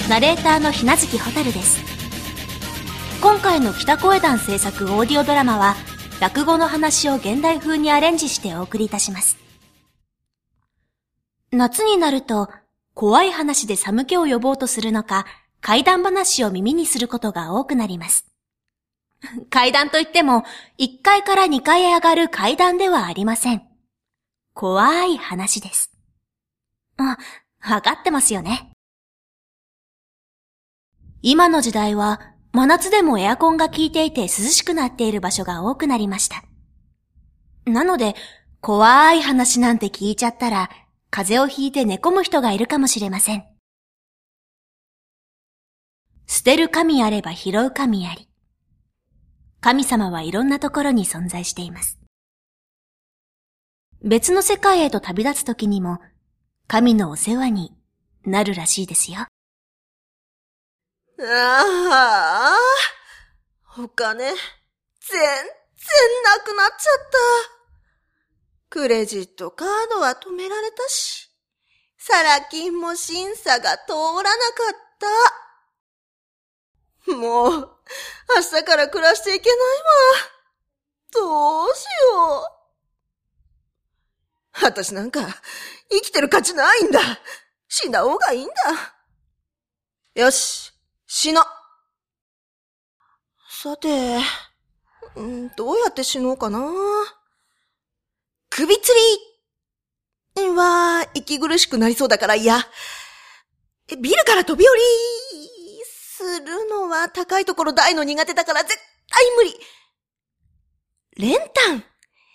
ナレーターのひなずきほたるです。今回の北声団制作オーディオドラマは、落語の話を現代風にアレンジしてお送りいたします。夏になると、怖い話で寒気を呼ぼうとするのか、怪談話を耳にすることが多くなります。怪談といっても、1階から2階へ上がる階段ではありません。怖い話です。わかってますよね。今の時代は、真夏でもエアコンが効いていて涼しくなっている場所が多くなりました。なので、怖い話なんて聞いちゃったら、風邪をひいて寝込む人がいるかもしれません。捨てる神あれば拾う神あり。神様はいろんなところに存在しています。別の世界へと旅立つときにも、神のお世話になるらしいですよ。 ああ、お金、全然なくなっちゃった。クレジットカードは止められたし、サラ金も審査が通らなかった。もう、明日から暮らしていけないわ。どうしよう。私なんか、生きてる価値ないんだ。死んだ方がいいんだ。よし。死の。さて、どうやって死のうかな。首吊りは息苦しくなりそうだから嫌。ビルから飛び降りするのは高いところ大の苦手だから絶対無理。練炭。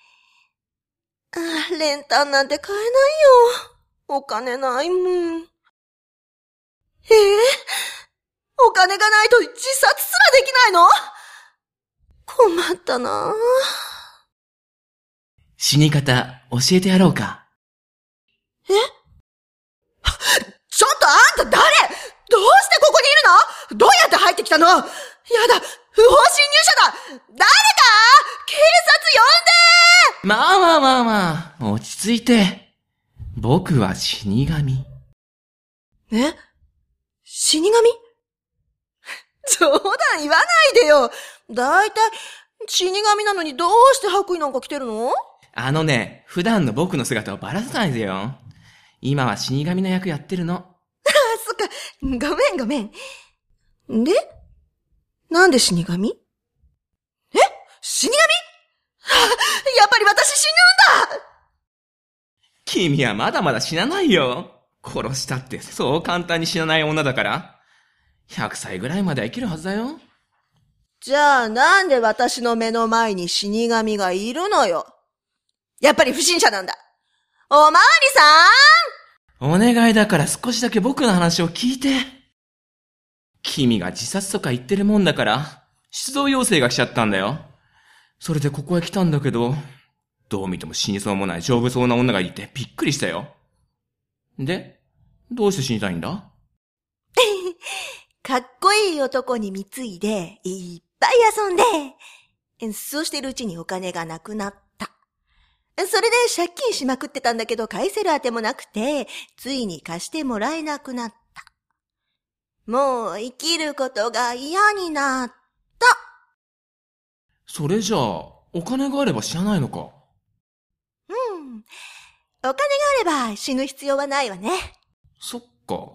練炭なんて買えないよ。お金ないもん。お金がないと自殺すらできないの？困ったな。 死に方教えてやろうか。 ちょっとあんた誰？どうしてここにいるの？どうやって入ってきたの？やだ、不法侵入者だ！誰か！警察呼んで！ まあ、落ち着いて。僕は死神。 死神？冗談言わないでよ。だいたい死神なのにどうして白衣なんか着てるの？ 普段の僕の姿をばらさないでよ。今は死神の役やってるの。 そっか。ごめん。で？なんで死神？死神？やっぱり私死ぬんだ！ 君はまだまだ死なないよ。殺したってそう簡単に死なない女だから。100歳ぐらいまでは生きるはずだよ。 じゃあなんで私の目の前に死神がいるのよ。やっぱり不審者なんだ。おまわりさん！お願いだから少しだけ僕の話を聞いて。君が自殺とか言ってるもんだから、出動要請が来ちゃったんだよ。それでここへ来たんだけど、どう見ても死にそうもない丈夫そうな女がいてびっくりしたよ。で、どうして死にたいんだ？ かっこいい男に貢いで、いっぱい遊んで、そうしてるうちにお金がなくなった。それで借金しまくってたんだけど返せるあてもなくて、ついに貸してもらえなくなった。もう生きることが嫌になった。 それじゃあ、お金があれば死なないのか？ お金があれば死ぬ必要はないわね。 そっか。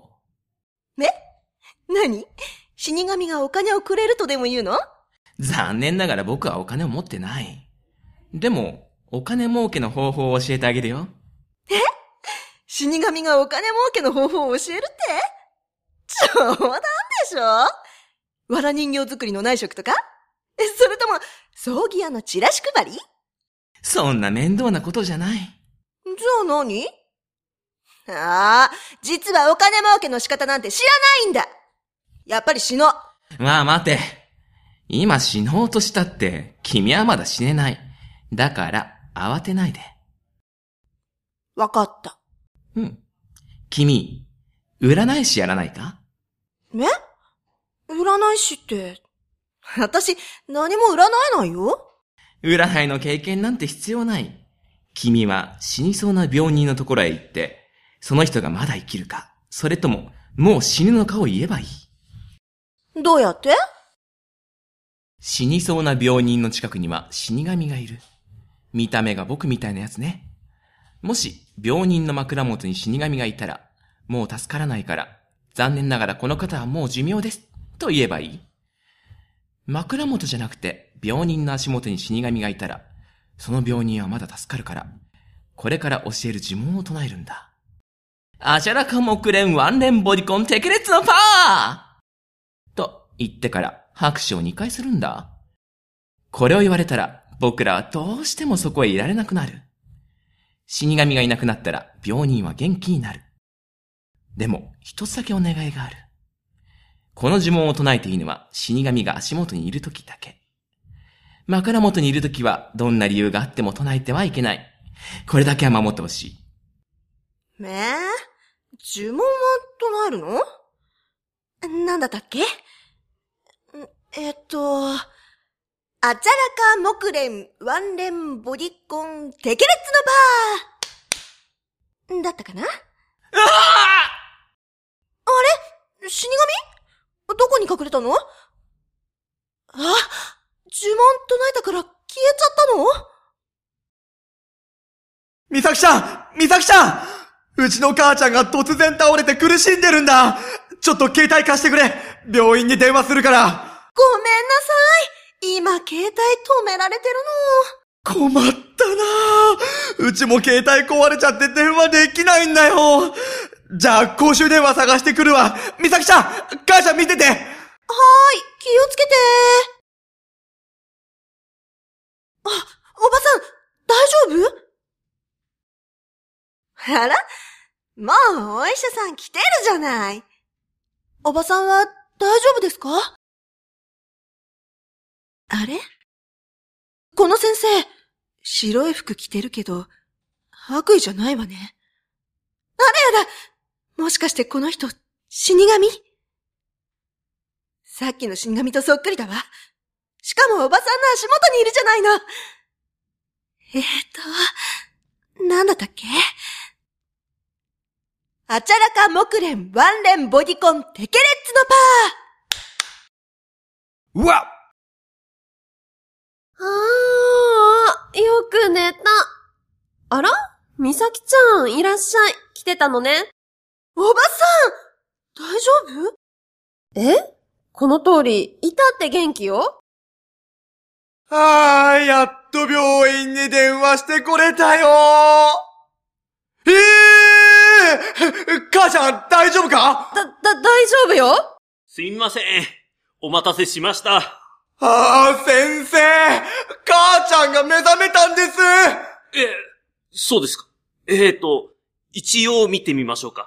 何？死神がお金をくれるとでも言うの？ 残念ながら僕はお金を持ってない。でも、お金儲けの方法を教えてあげるよ。 死神がお金儲けの方法を教えるって？冗談でしょ？わら人形作りの内職とか？それとも、葬儀屋のチラシ配り？ そんな面倒なことじゃない。 じゃあ何？実はお金儲けの仕方なんて知らないんだ。やっぱり死のう。 まあ待て。今死のうとしたって、君はまだ死ねない。だから、慌てないで。 わかった。 君、占い師やらないか？ 占い師って、私、何も占えないよ。 占いの経験なんて必要ない。君は死にそうな病人のところへ行って、その人がまだ生きるか、それとももう死ぬのかを言えばいい。 どうやって？ 死にそうな病人の近くには死神がいる。見た目が僕みたいなやつね。もし病人の枕元に死神がいたら、もう助からないから、残念ながらこの方はもう寿命です、と言えばいい。枕元じゃなくて病人の足元に死神がいたら、その病人はまだ助かるから、これから教える呪文を唱えるんだ。アシャラカ木蓮ワンレンボディコンテケレッツのパワーと言ってから拍手を2回するんだ。これを言われたら僕らはどうしてもそこへいられなくなる。死神がいなくなったら病人は元気になる。でも一つだけお願いがある。この呪文を唱えていいのは死神が足元にいるときだけ。枕元にいるときはどんな理由があっても唱えてはいけない。これだけは守ってほしい。 呪文は唱えるの？なんだったっけ？アチャラカ木蓮ワンレンボディコンテケレッツのバーだったかな？あれ？死神？どこに隠れたの？呪文唱えたから消えちゃったの？ 美咲ちゃんうちの母ちゃんが突然倒れて苦しんでるんだ。ちょっと携帯貸してくれ。病院に電話するから。 ごめんなさい。今携帯止められてるの。困ったな。うちも携帯壊れちゃって電話できないんだよ。じゃあ公衆電話探してくるわ。美咲ちゃん、母ちゃん見てて。はーい、気をつけて。おばさん、大丈夫？あら？もうお医者さん来てるじゃない。おばさんは大丈夫ですか？あれ？この先生、白い服着てるけど、悪意じゃないわね。あらやだ！もしかしてこの人、死神？さっきの死神とそっくりだわ。しかもおばさんの足元にいるじゃないの。なんだったっけ？アチャラカ木蓮ワンレンボディコンテケレッツのパー！ うわっ！ よく寝た。あら？美咲ちゃん、いらっしゃい。来てたのね。 おばさん！大丈夫？ この通り、いたって元気よ。 やっと病院に電話してこれたよ。母ちゃん、大丈夫か？ 大丈夫よ。 すみません。お待たせしました。 先生！母ちゃんが目覚めたんです！ そうですか。一応見てみましょうか。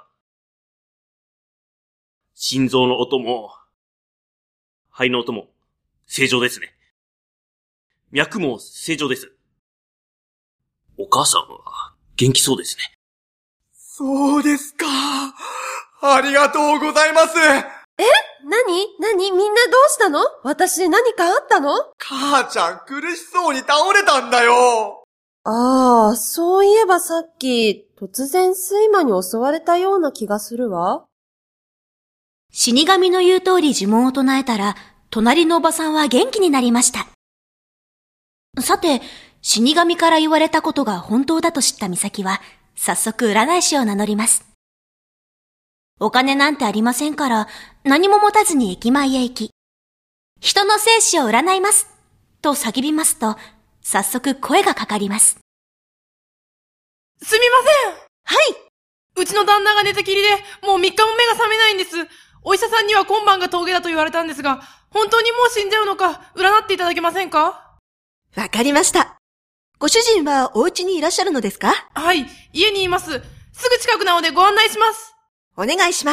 心臓の音も、肺の音も正常ですね。脈も正常です。お母さんは元気そうですね。 そうですか。ありがとうございます。 何みんなどうしたの？私何かあったの？ 母ちゃん苦しそうに倒れたんだよ。 そういえばさっき突然睡魔に襲われたような気がするわ。 死神の言う通り呪文を唱えたら、隣のおばさんは元気になりました。さて、死神から言われたことが本当だと知った美咲は、早速占い師を名乗ります。お金なんてありませんから、何も持たずに駅前へ行き、人の生死を占います、と叫びますと、早速声がかかります。 すみません。はい。うちの旦那が寝たきりで、もう3日も目が覚めないんです。お医者さんには今晩が峠だと言われたんですが、本当にもう死んじゃうのか、占っていただけませんか？ わかりました。ご主人はお家にいらっしゃるのですか？ はい、家にいます。すぐ近くなのでご案内します。 お願いします。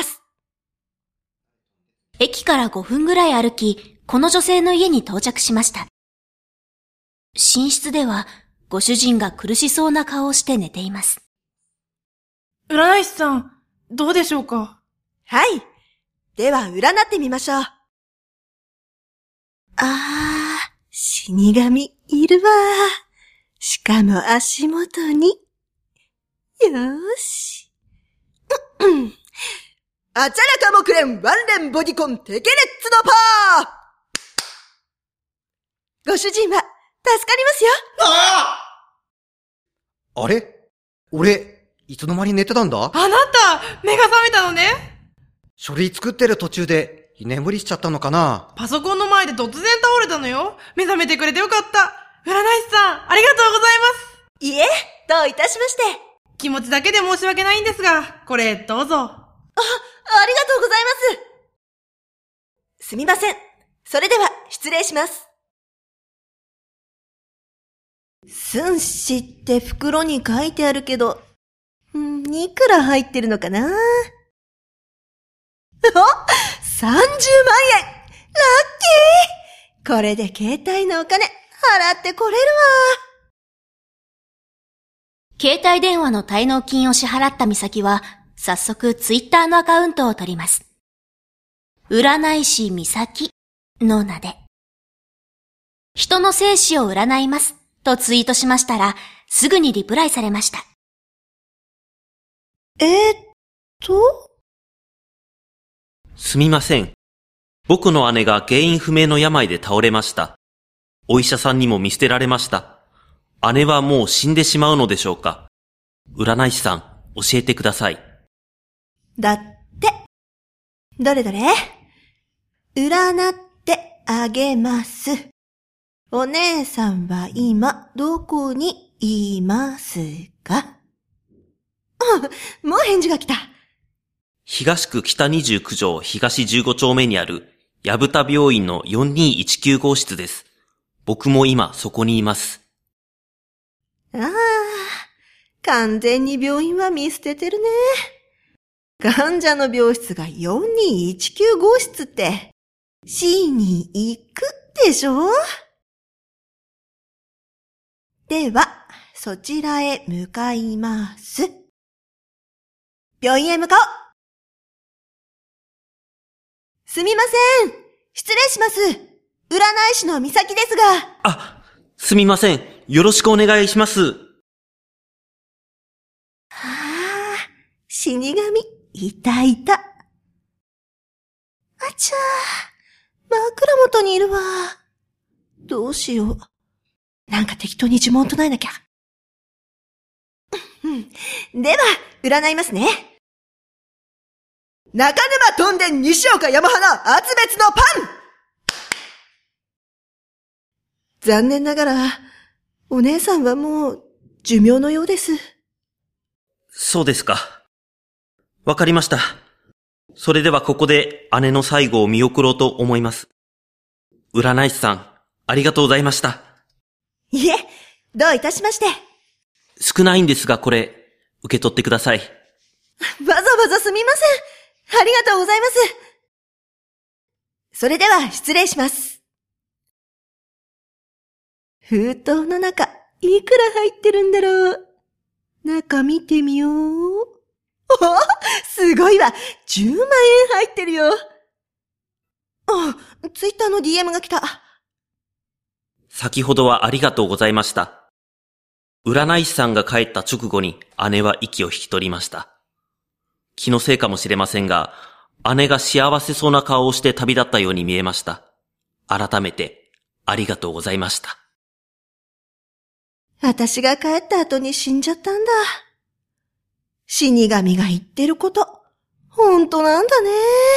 駅から5分ぐらい歩き、この女性の家に到着しました。寝室では、ご主人が苦しそうな顔をして寝ています。 占い師さん、どうでしょうか？ はい。では占ってみましょう。死神いるわ。しかも足元に。よーし。 あちゃらかもくれんワンレンボディコンテケレッツのパー。ご主人は助かりますよ。 あれ？俺、いつの間に寝てたんだ？ あなた、目が覚めたのね。 書類作ってる途中で居眠りしちゃったのかな？ パソコンの前で突然倒れたのよ。目覚めてくれてよかった。占い師さん、ありがとうございます。 いえ、どういたしまして。 気持ちだけで申し訳ないんですが、これどうぞ。 ありがとうございます。すみません。それでは、失礼します。寸志って袋に書いてあるけど、いくら入ってるのかな？お !30 万円！ラッキー！これで携帯のお金、払ってこれるわ。 携帯電話の滞納金を支払った美咲は、早速ツイッターのアカウントを取ります。占い師美咲の名で。人の生死を占いますとツイートしましたら、すぐにリプライされました。 すみません。僕の姉が原因不明の病で倒れました。お医者さんにも見捨てられました。姉はもう死んでしまうのでしょうか？占い師さん、教えてください。 だって。どれどれ？占ってあげます。お姉さんは今どこにいますか？もう返事が来た。 東区北29条東15丁目にある矢蓋病院の4219号室です。僕も今そこにいます。 完全に病院は見捨ててるね。患者の病室が4219号室って、C に行くでしょ？では、そちらへ向かいます。病院へ向かおう。すみません。失礼します。占い師の美咲ですが。 すみません。よろしくお願いします。 死神、いたいた。あちゃー、枕元にいるわ。どうしよう。なんか適当に呪文唱えなきゃ。では、占いますね。中沼とんでん西岡山花厚別のパン！残念ながら、お姉さんはもう寿命のようです。 そうですか。わかりました。それではここで姉の最後を見送ろうと思います。占い師さん、ありがとうございました。 いえ、どういたしまして。 少ないんですがこれ、受け取ってください。 わざわざすみません。ありがとうございます。それでは失礼します。封筒の中、いくら入ってるんだろう。中見てみよう。すごいわ。10万円入ってるよ。ツイッターの DM が来た。 先ほどはありがとうございました。占い師さんが帰った直後に姉は息を引き取りました。気のせいかもしれませんが、姉が幸せそうな顔をして旅立ったように見えました。改めてありがとうございました。 私が帰った後に死んじゃったんだ。死神が言ってること、本当なんだね。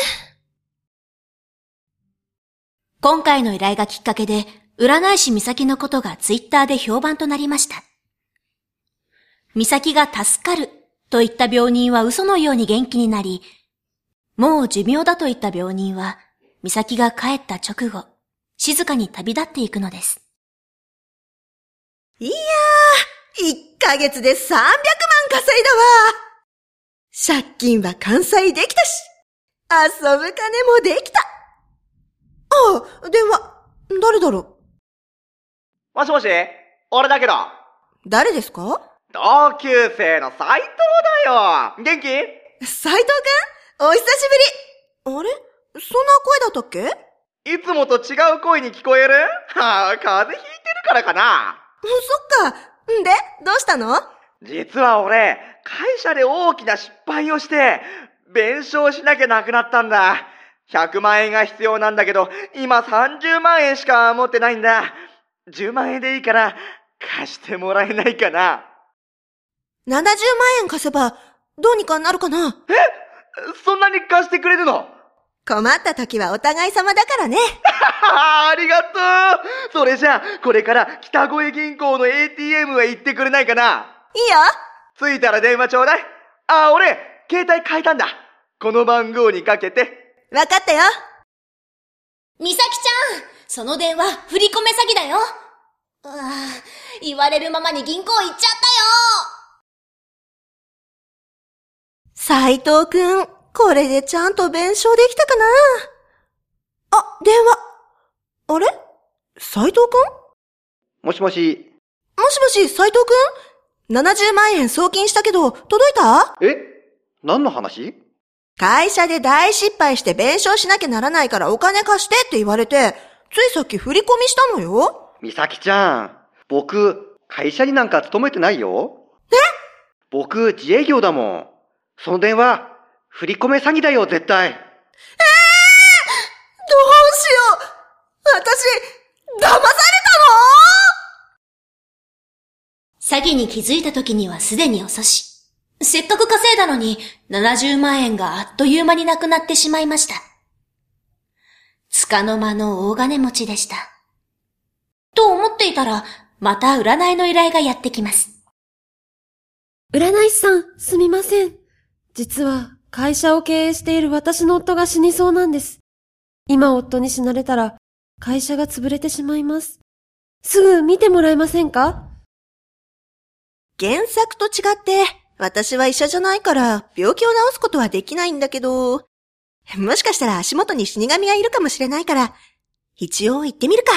今回の依頼がきっかけで、占い師美咲のことがツイッターで評判となりました。美咲が助かると言った病人は嘘のように元気になり、もう寿命だと言った病人は、美咲が帰った直後、静かに旅立っていくのです。 いやー、1ヶ月で300万稼いだわ。借金は完済できたし、遊ぶ金もできた。電話、誰だろもしもし、俺だけど。 誰ですか？ 同級生の斉藤だよ。元気？ 斉藤くん？お久しぶり。あれ？そんな声だったっけ？ いつもと違う声に聞こえる？風邪ひいてるからかな。 そっか。で、どうしたの？ 実は俺、会社で大きな失敗をして、 弁償しなきゃなくなったんだ。100万円が必要なんだけど、今30万円しか持ってないんだ。10万円でいいから貸してもらえないかな。 70万円貸せばどうにかなるかな。 そんなに貸してくれるの？ 困った時はお互い様だからね。 ありがとう。それじゃあ、これから北越銀行の ATM へ行ってくれないかな。 いいよ。 着いたら電話ちょうだい。俺、携帯変えたんだ。この番号にかけて。 わかったよ。 みさきちゃん、その電話振り込め詐欺だよ。言われるままに銀行行っちゃったよ。 斉藤くん、これでちゃんと弁償できたかな。電話。あれ？斉藤くん？ もしもし。 もしもし、斉藤くん？ 70 万円送金したけど、届いた？ 何の話？ 会社で大失敗して弁償しなきゃならないからお金貸してって言われて、ついさっき振り込みしたのよ。 みさきちゃん、僕、会社になんか勤めてないよ。僕、自営業だもん。その電話、振り込め詐欺だよ、絶対。 どうしよう。私、騙されたの？ 詐欺に気づいた時にはすでに遅し。せっかく稼いだのに70万円があっという間になくなってしまいました。束の間の大金持ちでした。と思っていたら、また占いの依頼がやってきます。 占い師さん、すみません。実は、会社を経営している私の夫が死にそうなんです。今夫に死なれたら、会社が潰れてしまいます。すぐ見てもらえませんか？ 原作と違って、私は医者じゃないから病気を治すことはできないんだけど、もしかしたら足元に死神がいるかもしれないから、一応行ってみるか。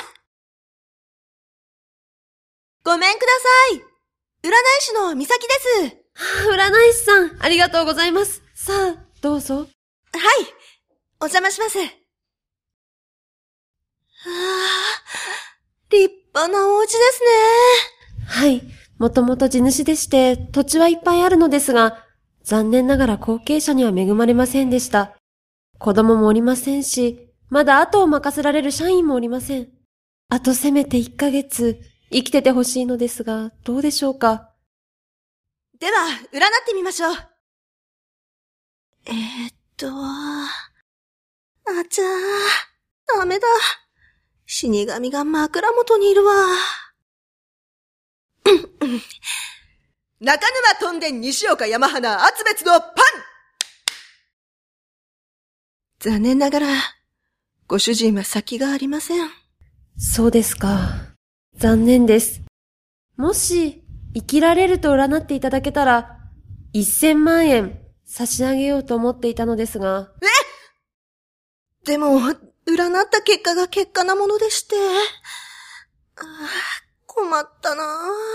ごめんください。占い師の美咲です。 占い師さん、ありがとうございます。さあ、どうぞ。 はい、お邪魔します。立派なお家ですね。 はい。もともと地主でして、土地はいっぱいあるのですが、残念ながら後継者には恵まれませんでした。子供もおりませんし、まだ後を任せられる社員もおりません。あとせめて1ヶ月、生きててほしいのですが、どうでしょうか。 では、占ってみましょう。ダメだ。死神が枕元にいるわ。中沼とんでん西岡山花厚別のパン。残念ながら、ご主人は先がありません。 そうですか。残念です。もし、生きられると占っていただけたら、1000万円差し上げようと思っていたのですが。 でも、占った結果が結果なものでして。困ったな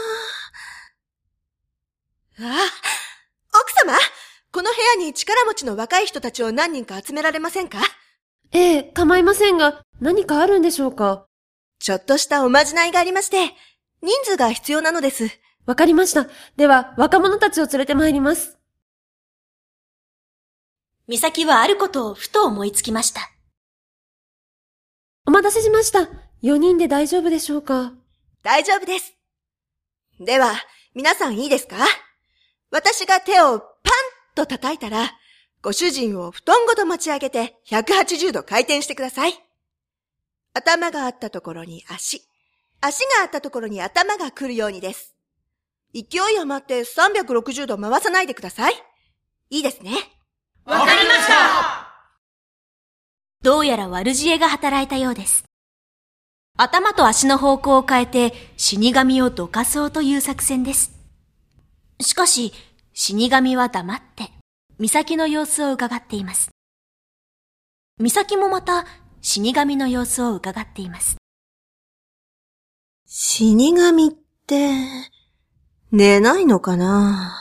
奥様、この部屋に力持ちの若い人たちを何人か集められませんか？ ええ、構いませんが、何かあるんでしょうか？ ちょっとしたおまじないがありまして、人数が必要なのです。 わかりました。では、若者たちを連れて参ります。 美咲はあることをふと思いつきました。 お待たせしました。4人で大丈夫でしょうか？ 大丈夫です。では、皆さんいいですか？私が手をパンと叩いたら、ご主人を布団ごと持ち上げて180度回転してください。頭があったところに足があったところに頭が来るようにです。勢い余って360度回さないでください。いいですね。 わかりました。 どうやら悪知恵が働いたようです。頭と足の方向を変えて死神をどかそうという作戦です。しかし、死神は黙って、美咲の様子を伺っています。美咲もまた、死神の様子を伺っています。 死神って、寝ないのかな？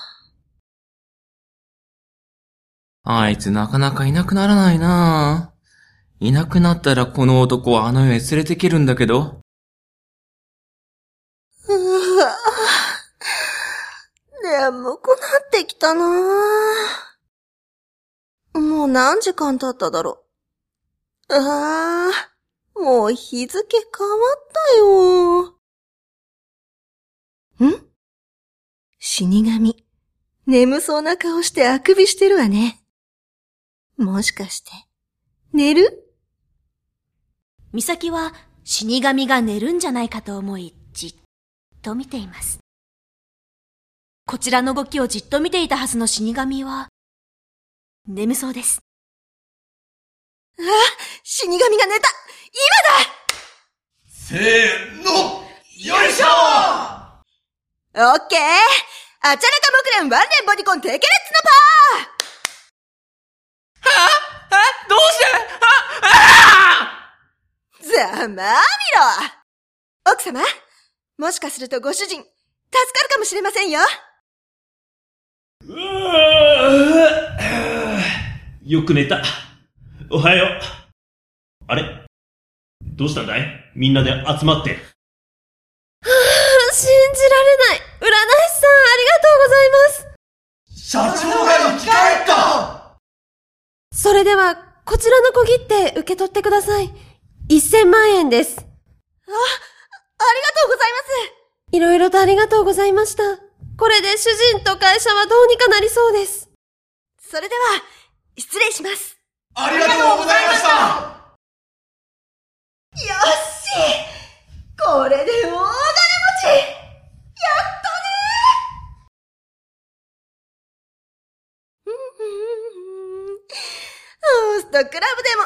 あいつなかなかいなくならないなぁ。いなくなったらこの男をあの世へ連れてけるんだけど。 眠くなってきたなぁ。 もう何時間経っただろう。もう日付変わったよ。死神。眠そうな顔してあくびしてるわね。もしかして、寝る？ 美咲は死神が寝るんじゃないかと思い、じっと見ています。こちらの動きをじっと見ていたはずの死神は、眠そうです。 死神が寝た！今だ！ せーの！よいしょー！ オッケー！あちゃらか木蓮ワンレンボディコンテケレッツのパワー！ どうしてざまあみろ！奥様、もしかするとご主人、助かるかもしれませんよ。 よく寝た。おはよう。あれ？どうしたんだい？みんなで集まって。 信じられない。占い師さん、ありがとうございます。 社長が生き返った！ それでは、こちらの小切手受け取ってください。1000万円です。 ありがとうございます。 いろいろとありがとうございました。これで主人と会社はどうにかなりそうです。 それでは、失礼します。 ありがとうございました！ よし！これで大金持ち！やったね！ホストクラブでも行っちゃおっか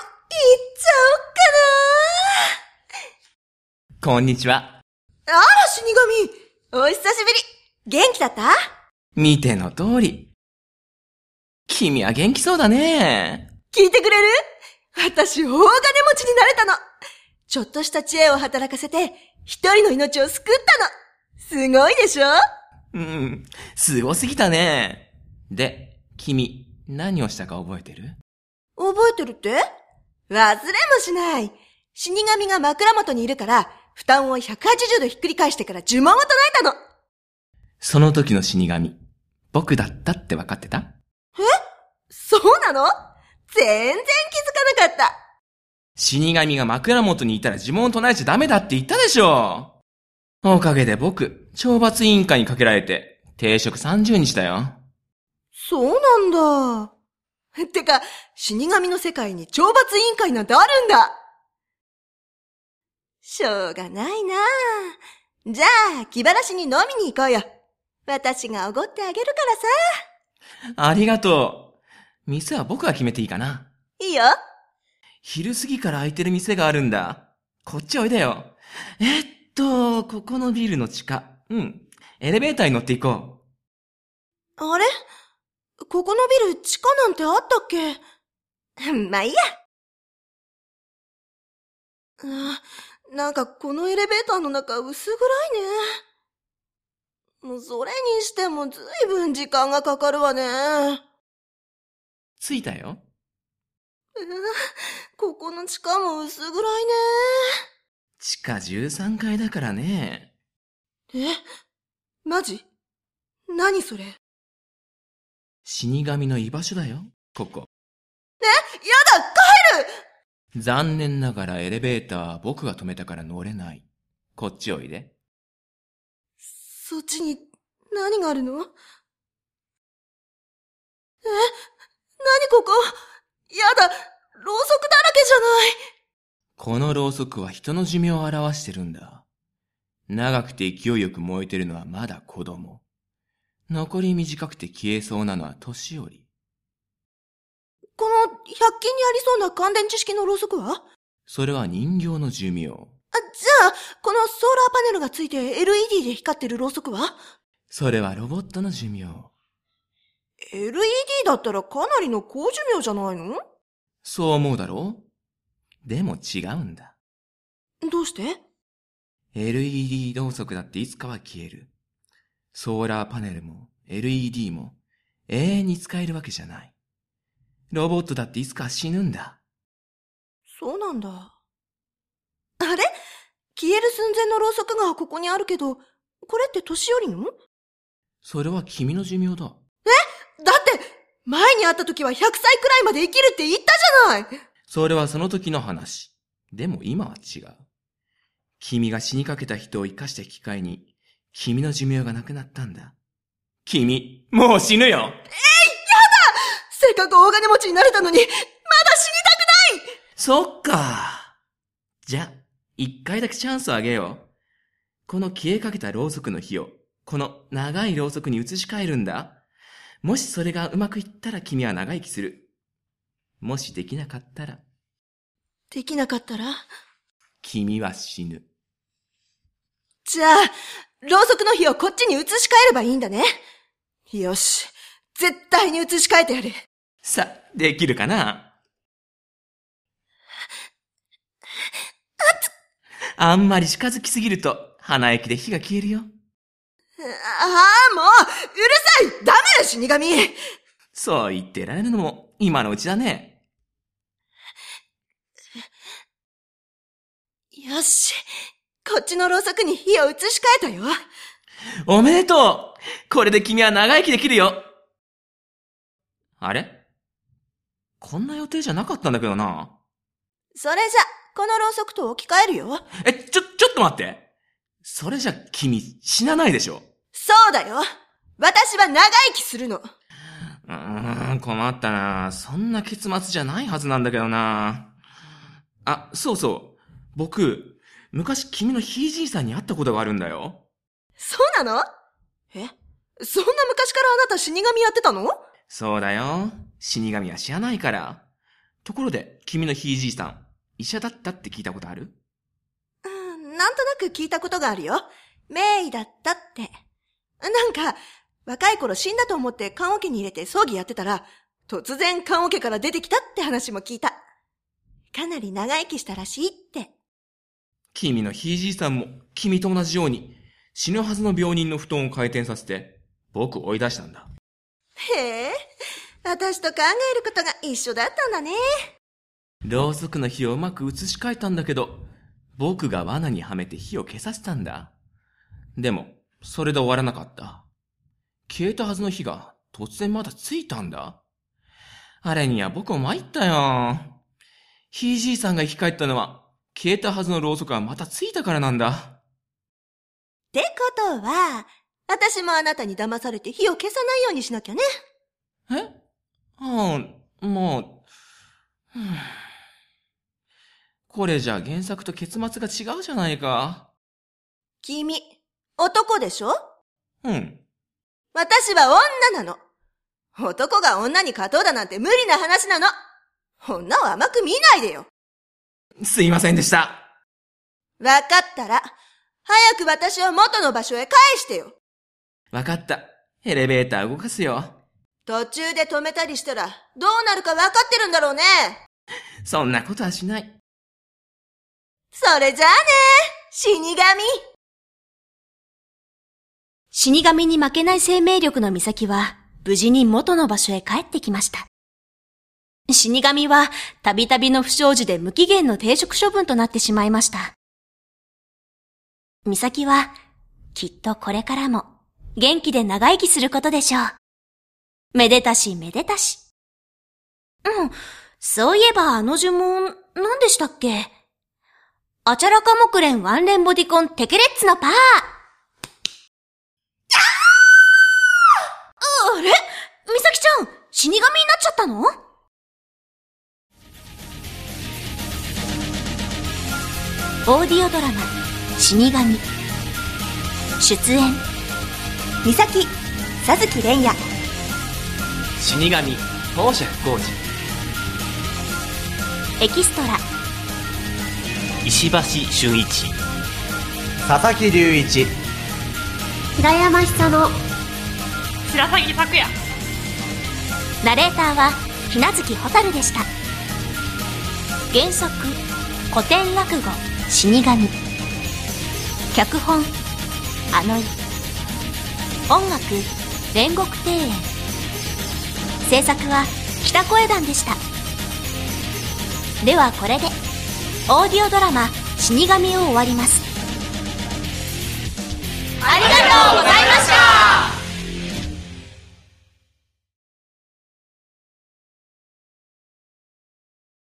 な。 こんにちは。 あら、死神。お久しぶり。元気だった？ 見ての通り。君は元気そうだね。 聞いてくれる？私、大金持ちになれたの。ちょっとした知恵を働かせて、一人の命を救ったの。すごいでしょ？ すごすぎたね。で、君、何をしたか覚えてる？ 覚えてるって？忘れもしない。死神が枕元にいるから、負担を180度ひっくり返してから呪文を唱えたの。 その時の死神、僕だったって分かってた？ そうなの？全然気づかなかった。 死神が枕元にいたら呪文を唱えちゃダメだって言ったでしょ。おかげで僕、懲罰委員会にかけられて、停職30日だよ。 そうなんだ。てか、死神の世界に懲罰委員会なんてあるんだ。しょうがないな。じゃあ、気晴らしに飲みに行こうよ。私がおごってあげるからさ。 ありがとう。店は僕が決めていいかな？ いいよ。 昼過ぎから空いてる店があるんだ。こっちおいでよ。ここのビルの地下。エレベーターに乗っていこう。あれ？ここのビル地下なんてあったっけ？まあいいや。なんかこのエレベーターの中薄暗いね。もうそれにしてもずいぶん時間がかかるわね。 着いたよ。 ここの地下も薄暗いね。 地下13階だからね。 マジ？何それ？ 死神の居場所だよ、ここ。 やだ、帰る！ 残念ながらエレベーターは僕が止めたから乗れない。こっちおいで。 そっちに何があるの？何ここ？やだ、ろうそくだらけじゃない。 このろうそくは人の寿命を表してるんだ。長くて勢いよく燃えてるのはまだ子供。残り短くて消えそうなのは年寄り。 この100均にありそうな乾電池式のろうそくは？ それは人形の寿命。 じゃあ、このソーラーパネルがついて LED で光ってるろうそくは？ それはロボットの寿命。 LED だったらかなりの高寿命じゃないの？ そう思うだろう？でも違うんだ。 どうして？ LED ろうそくだっていつかは消える。ソーラーパネルも LED も永遠に使えるわけじゃない。ロボットだっていつか死ぬんだ。 そうなんだ。あれ？消える寸前のろうそくがここにあるけど、これって年寄りの？ それは君の寿命だ。 だって、 前に会った時は100歳くらいまで生きるって言ったじゃない。 それはその時の話。でも今は違う。君が死にかけた人を生かした機会に、君の寿命がなくなったんだ。君、もう死ぬよ。 やだ！せっかく大金持ちになれたのに、まだ死にたくない！ そっか。じゃ、一回だけチャンスをあげよう。この消えかけたろうそくの火を、この長いろうそくに移し替えるんだ。もしそれがうまくいったら君は長生きする。もしできなかったら。 できなかったら？ 君は死ぬ。 じゃあ、ろうそくの火をこっちに移し替えればいいんだね。よし、絶対に移し替えてやる。 さ、できるかな？あんまり近づきすぎると鼻息で火が消えるよ。 ああ、もううるさい！ダメ！死神！ そう言ってられるのも今のうちだね。 よし、こっちのろうそくに火を移し替えたよ。 おめでとう！これで君は長生きできるよ。あれ？こんな予定じゃなかったんだけどな。 それじゃ、このろうそくと置き換えるよ。 ちょっと待って。それじゃ君死なないでしょ。 そうだよ。私は長生きするの。 困ったな。そんな結末じゃないはずなんだけどな。あ、そうそう。僕、昔君のひいじいさんに会ったことがあるんだよ。 そうなの？そんな昔からあなた死神やってたの？ そうだよ。死神は知らないから。ところで、君のひいじいさん、医者だったって聞いたことある？ なんとなく聞いたことがあるよ。名医だったって。なんか、若い頃死んだと思って棺桶に入れて葬儀やってたら、突然棺桶から出てきたって話も聞いた。かなり長生きしたらしいって。 君のひいじいさんも君と同じように死ぬはずの病人の布団を回転させて僕を追い出したんだ。 へえ、私と考えることが一緒だったんだね。 ろうそくの火をうまく移し替えたんだけど、僕が罠にはめて火を消させたんだ。でも、それで終わらなかった。消えたはずの火が突然まだついたんだ。あれには僕も参ったよ。ひいじいさんが生き返ったのは、消えたはずのろうそくがまたついたからなんだ。 ってことは、私もあなたに騙されて火を消さないようにしなきゃね。 もう、これじゃ原作と結末が違うじゃないか。 君、男でしょ？ うん。 私は女なの。男が女に勝とうだなんて無理な話なの。女を甘く見ないでよ。 すいませんでした。 わかったら、早く私を元の場所へ返してよ。 わかった。エレベーター動かすよ。 途中で止めたりしたら、どうなるかわかってるんだろうね。 そんなことはしない。 それじゃあね、死神。 死神に負けない生命力の美咲は、無事に元の場所へ帰ってきました。死神は、たびたびの不祥事で無期限の停職処分となってしまいました。美咲は、きっとこれからも、元気で長生きすることでしょう。めでたしめでたし。そういえばあの呪文、何でしたっけ？アチャラカ木蓮ワンレンボディコンテケレッツのパー。あれ？美咲ちゃん、死神になっちゃったの？オーディオドラマ、死神。出演、 美咲、佐月蓮也。 死神、当社不幸寺。 エキストラ、 石橋俊一、 佐々木隆一、 平山久野、 白崎拓也。 ナレーターは、ひなずきほたるでした。原作、古典落語、死神。脚本、あのい。音楽、煉獄庭園。制作は北小枝団でした。ではこれでオーディオドラマ死神を終わります。ありがとう。